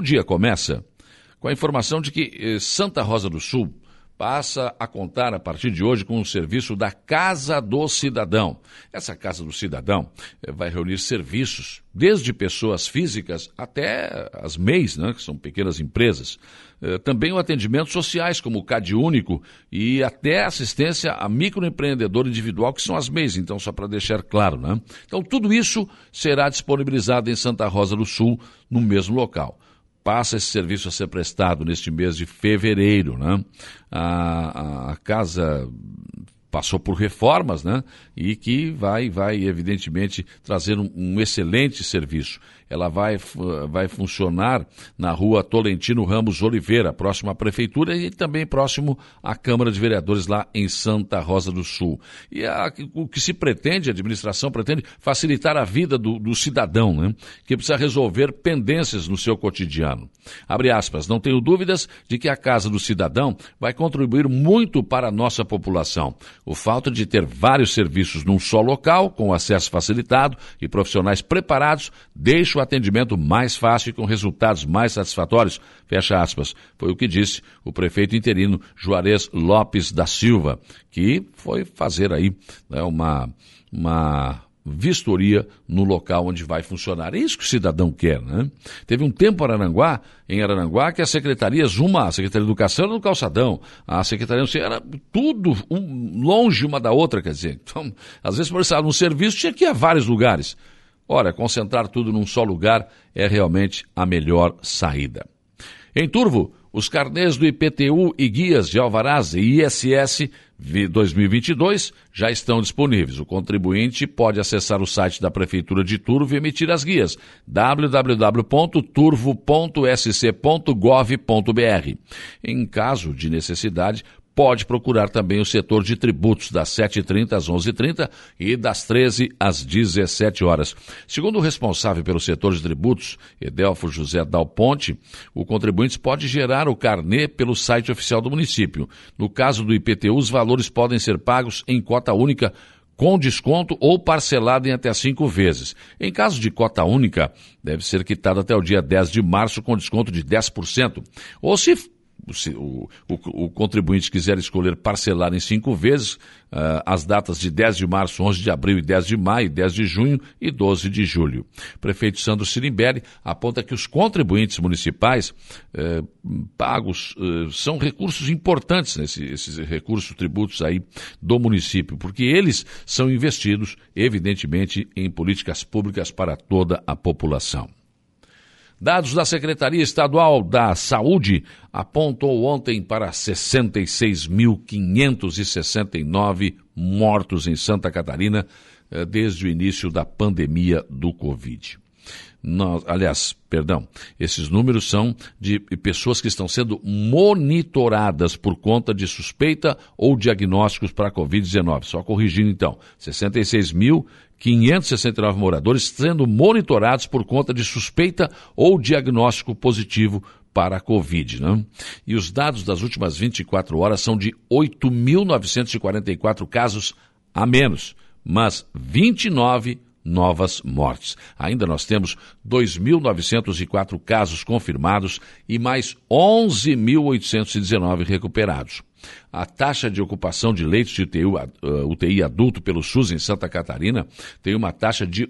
O dia começa com a informação de que Santa Rosa do Sul passa a contar a partir de hoje com o serviço da Casa do Cidadão. Essa Casa do Cidadão vai reunir serviços, desde pessoas físicas até as MEIs, né, que são pequenas empresas. Também o atendimento sociais, como o Cade Único, e até assistência a microempreendedor individual, que são as MEIs, então só para deixar claro, né? Então tudo isso será disponibilizado em Santa Rosa do Sul, no mesmo local. Passa esse serviço a ser prestado neste mês de fevereiro, né? A casa passou por reformas, né? E que vai evidentemente, trazer um excelente serviço. Ela vai funcionar na rua Tolentino Ramos Oliveira, próximo à Prefeitura e também próximo à Câmara de Vereadores lá em Santa Rosa do Sul. E o que se pretende, a administração pretende facilitar a vida do cidadão, né? Que precisa resolver pendências no seu cotidiano. Abre aspas, não tenho dúvidas de que a Casa do Cidadão vai contribuir muito para a nossa população. O fato de ter vários serviços num só local, com acesso facilitado e profissionais preparados, deixa o atendimento mais fácil e com resultados mais satisfatórios, fecha aspas. Foi o que disse o prefeito interino Juarez Lopes da Silva, que foi fazer aí, né, uma vistoria no local onde vai funcionar. É isso que o cidadão quer, né? Teve um tempo em Araranguá, que as secretarias, a Secretaria de Educação era no Calçadão, a Secretaria não sei, era tudo longe uma da outra, quer dizer. Então, às vezes, por exemplo, um serviço tinha que ir a vários lugares. Ora, concentrar tudo num só lugar é realmente a melhor saída. Em Turvo, os carnês do IPTU e guias de alvarás e ISS 2022 já estão disponíveis. O contribuinte pode acessar o site da Prefeitura de Turvo e emitir as guias www.turvo.sc.gov.br. Em caso de necessidade, pode procurar também o setor de tributos das 7h30 às 11h30 e das 13 às 17 horas. Segundo o responsável pelo setor de tributos, Edelfo José Dal Ponte, o contribuinte pode gerar o carnê pelo site oficial do município. No caso do IPTU, os valores podem ser pagos em cota única com desconto ou parcelado em até 5 vezes. Em caso de cota única, deve ser quitado até o dia 10 de março com desconto de 10%. Ou se o contribuinte quiser escolher parcelar em 5 vezes, as datas de 10 de março, 11 de abril e 10 de maio, 10 de junho e 12 de julho. O prefeito Sandro Sirimberi aponta que os contribuintes municipais pagos são recursos importantes, né, esses recursos, tributos aí do município, porque eles são investidos, evidentemente, em políticas públicas para toda a população. Dados da Secretaria Estadual da Saúde apontou ontem para 66.569 mortos em Santa Catarina desde o início da pandemia do Covid. Esses números são de pessoas que estão sendo monitoradas por conta de suspeita ou diagnósticos para a Covid-19. Só corrigindo então, 66.569 moradores sendo monitorados por conta de suspeita ou diagnóstico positivo para a Covid, né? E os dados das últimas 24 horas são de 8.944 casos a menos, mas 29 novas mortes. Ainda nós temos 2.904 casos confirmados e mais 11.819 recuperados. A taxa de ocupação de leitos de UTI adulto pelo SUS em Santa Catarina tem uma taxa de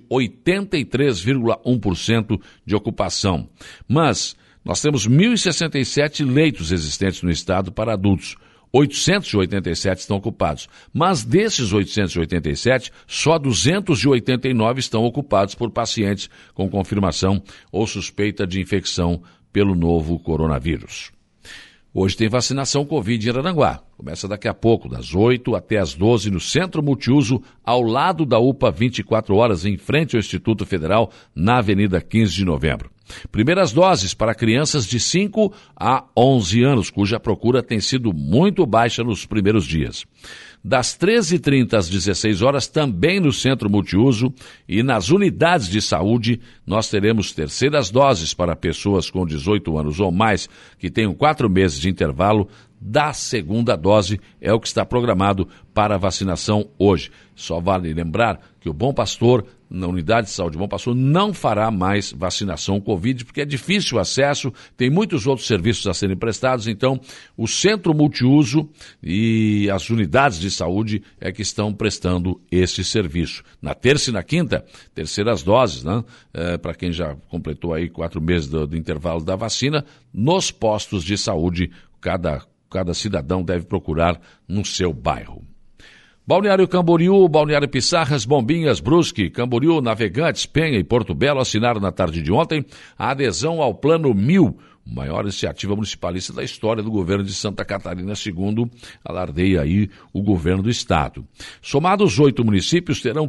83,1% de ocupação. Mas nós temos 1.067 leitos existentes no estado para adultos. 887 estão ocupados, mas desses 887, só 289 estão ocupados por pacientes com confirmação ou suspeita de infecção pelo novo coronavírus. Hoje tem vacinação Covid em Araranguá. Começa daqui a pouco, das 8 até as 12, no Centro Multiuso, ao lado da UPA 24 horas, em frente ao Instituto Federal, na Avenida 15 de Novembro. Primeiras doses para crianças de 5 a 11 anos, cuja procura tem sido muito baixa nos primeiros dias. Das 13h30 às 16 horas, também no Centro Multiuso e nas unidades de saúde, nós teremos terceiras doses para pessoas com 18 anos ou mais, que tenham 4 meses de intervalo da segunda dose, é o que está programado para a vacinação hoje. Só vale lembrar que o Bom Pastor na unidade de saúde Bom Pastor, não fará mais vacinação Covid, porque é difícil o acesso, tem muitos outros serviços a serem prestados, então o centro multiuso e as unidades de saúde é que estão prestando esse serviço. Na terça e na quinta, terceiras doses, né? Para quem já completou aí 4 meses do intervalo da vacina, nos postos de saúde, cada cidadão deve procurar no seu bairro. Balneário Camboriú, Balneário Pissarras, Bombinhas, Brusque, Camboriú, Navegantes, Penha e Porto Belo assinaram na tarde de ontem a adesão ao Plano 1000, maior iniciativa municipalista da história do governo de Santa Catarina, segundo alardeia aí o governo do estado. Somados, 8 municípios terão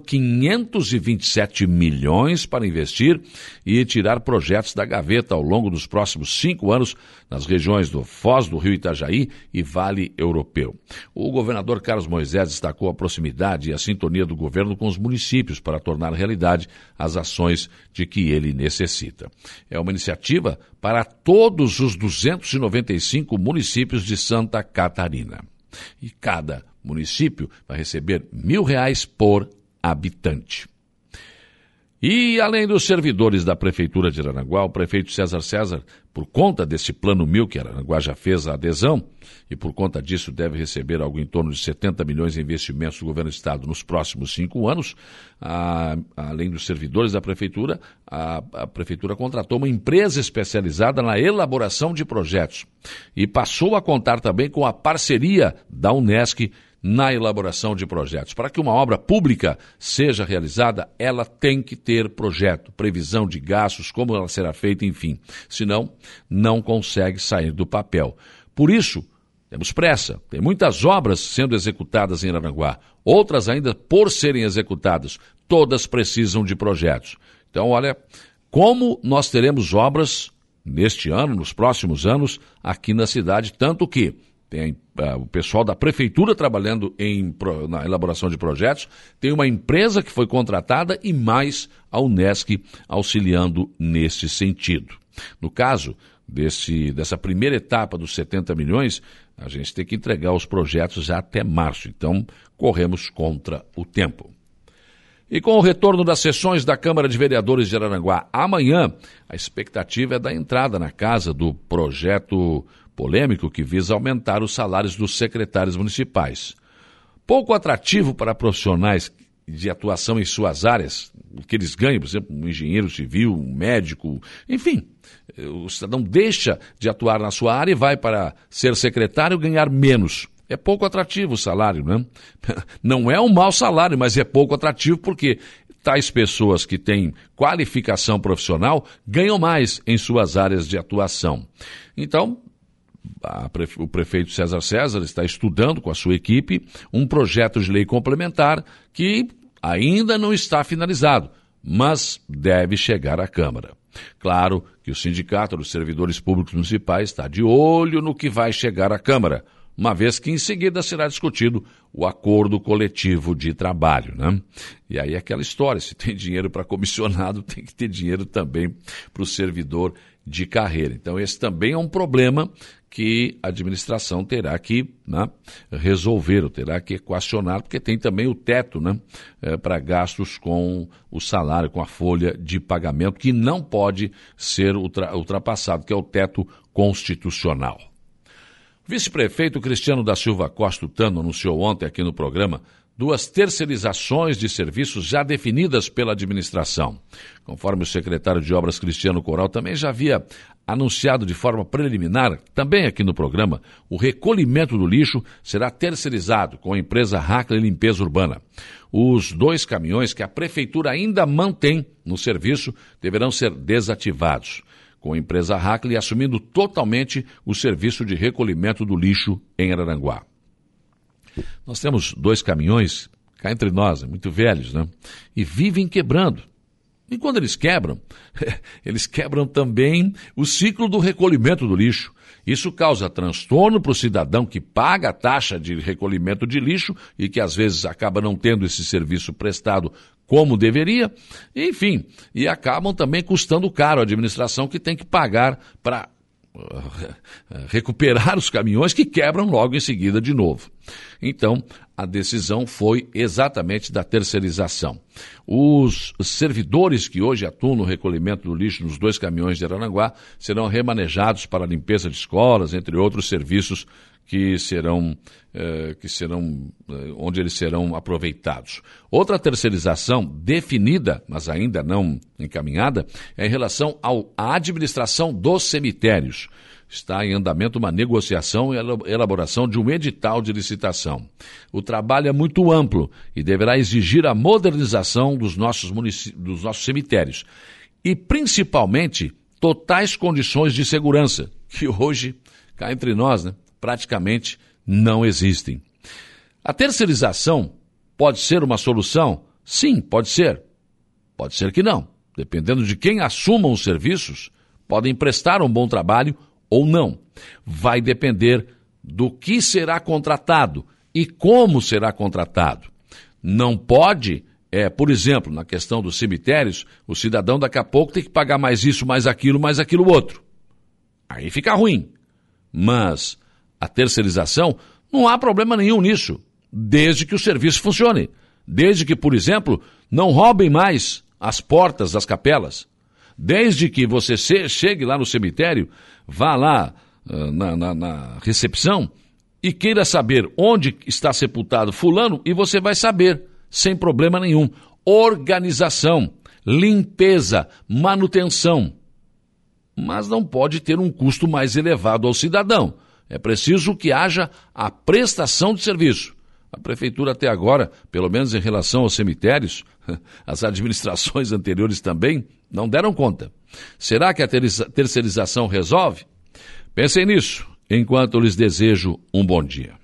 527 milhões para investir e tirar projetos da gaveta ao longo dos próximos 5 anos nas regiões do Foz do Rio Itajaí e Vale Europeu. O governador Carlos Moisés destacou a proximidade e a sintonia do governo com os municípios para tornar realidade as ações de que ele necessita. É uma iniciativa para todos os 295 municípios de Santa Catarina. E cada município vai receber R$1.000 por habitante. E, além dos servidores da Prefeitura de Araranguá, o prefeito César, por conta desse Plano 1000 que Araranguá já fez a adesão, e por conta disso deve receber algo em torno de 70 milhões em investimentos do governo do estado nos próximos 5 anos, além dos servidores da Prefeitura, a Prefeitura contratou uma empresa especializada na elaboração de projetos e passou a contar também com a parceria da Unesc na elaboração de projetos. Para que uma obra pública seja realizada, ela tem que ter projeto, previsão de gastos, como ela será feita, enfim. Senão, não consegue sair do papel. Por isso, temos pressa. Tem muitas obras sendo executadas em Araranguá, outras ainda por serem executadas. Todas precisam de projetos. Então, olha, como nós teremos obras neste ano, nos próximos anos, aqui na cidade, tanto que tem o pessoal da Prefeitura trabalhando na elaboração de projetos, tem uma empresa que foi contratada e mais a Unesc auxiliando nesse sentido. No caso dessa primeira etapa dos 70 milhões, a gente tem que entregar os projetos já até março, então corremos contra o tempo. E com o retorno das sessões da Câmara de Vereadores de Araranguá amanhã, a expectativa é da entrada na casa do projeto polêmico que visa aumentar os salários dos secretários municipais. Pouco atrativo para profissionais de atuação em suas áreas, o que eles ganham, por exemplo, um engenheiro civil, um médico, enfim, o cidadão deixa de atuar na sua área e vai para ser secretário ganhar menos. É pouco atrativo o salário, né? Não é um mau salário, mas é pouco atrativo porque tais pessoas que têm qualificação profissional ganham mais em suas áreas de atuação. Então, o prefeito César está estudando com a sua equipe um projeto de lei complementar que ainda não está finalizado, mas deve chegar à Câmara. Claro que o Sindicato dos Servidores Públicos Municipais está de olho no que vai chegar à Câmara, uma vez que em seguida será discutido o acordo coletivo de trabalho, né? E aí aquela história, se tem dinheiro para comissionado, tem que ter dinheiro também para o servidor de carreira. Então esse também é um problema que a administração terá que, né, resolver, ou terá que equacionar, porque tem também o teto, né, para gastos com o salário, com a folha de pagamento, que não pode ser ultrapassado, que é o teto constitucional. O vice-prefeito Cristiano da Silva Costa Tano anunciou ontem aqui no programa 2 terceirizações de serviços já definidas pela administração. Conforme o secretário de Obras Cristiano Coral também já havia anunciado de forma preliminar, também aqui no programa, o recolhimento do lixo será terceirizado com a empresa Hackley Limpeza Urbana. Os 2 caminhões que a prefeitura ainda mantém no serviço deverão ser desativados, com a empresa Hackley assumindo totalmente o serviço de recolhimento do lixo em Araranguá. Nós temos 2 caminhões, cá entre nós, muito velhos, né? E vivem quebrando. E quando eles quebram também o ciclo do recolhimento do lixo. Isso causa transtorno para o cidadão que paga a taxa de recolhimento de lixo e que às vezes acaba não tendo esse serviço prestado como deveria, enfim, e acabam também custando caro a administração que tem que pagar para recuperar os caminhões que quebram logo em seguida de novo. Então, a decisão foi exatamente da terceirização. Os servidores que hoje atuam no recolhimento do lixo nos 2 caminhões de Araranguá serão remanejados para a limpeza de escolas, entre outros serviços onde eles serão aproveitados. Outra terceirização definida, mas ainda não encaminhada, é em relação à administração dos cemitérios. Está em andamento uma negociação e elaboração de um edital de licitação. O trabalho é muito amplo e deverá exigir a modernização dos nossos cemitérios e, principalmente, totais condições de segurança, que hoje, cá entre nós, praticamente não existem. A terceirização pode ser uma solução? Sim, pode ser. Pode ser que não. Dependendo de quem assuma os serviços, podem prestar um bom trabalho ou não. Vai depender do que será contratado e como será contratado. Não pode, por exemplo, na questão dos cemitérios, o cidadão daqui a pouco tem que pagar mais isso, mais aquilo outro. Aí fica ruim. Mas a terceirização, não há problema nenhum nisso, desde que o serviço funcione. Desde que, por exemplo, não roubem mais as portas das capelas. Desde que você chegue lá no cemitério, vá lá na recepção e queira saber onde está sepultado fulano, e você vai saber, sem problema nenhum. Organização, limpeza, manutenção. Mas não pode ter um custo mais elevado ao cidadão. É preciso que haja a prestação de serviço. A prefeitura até agora, pelo menos em relação aos cemitérios, as administrações anteriores também não deram conta. Será que a terceirização resolve? Pensem nisso, enquanto lhes desejo um bom dia.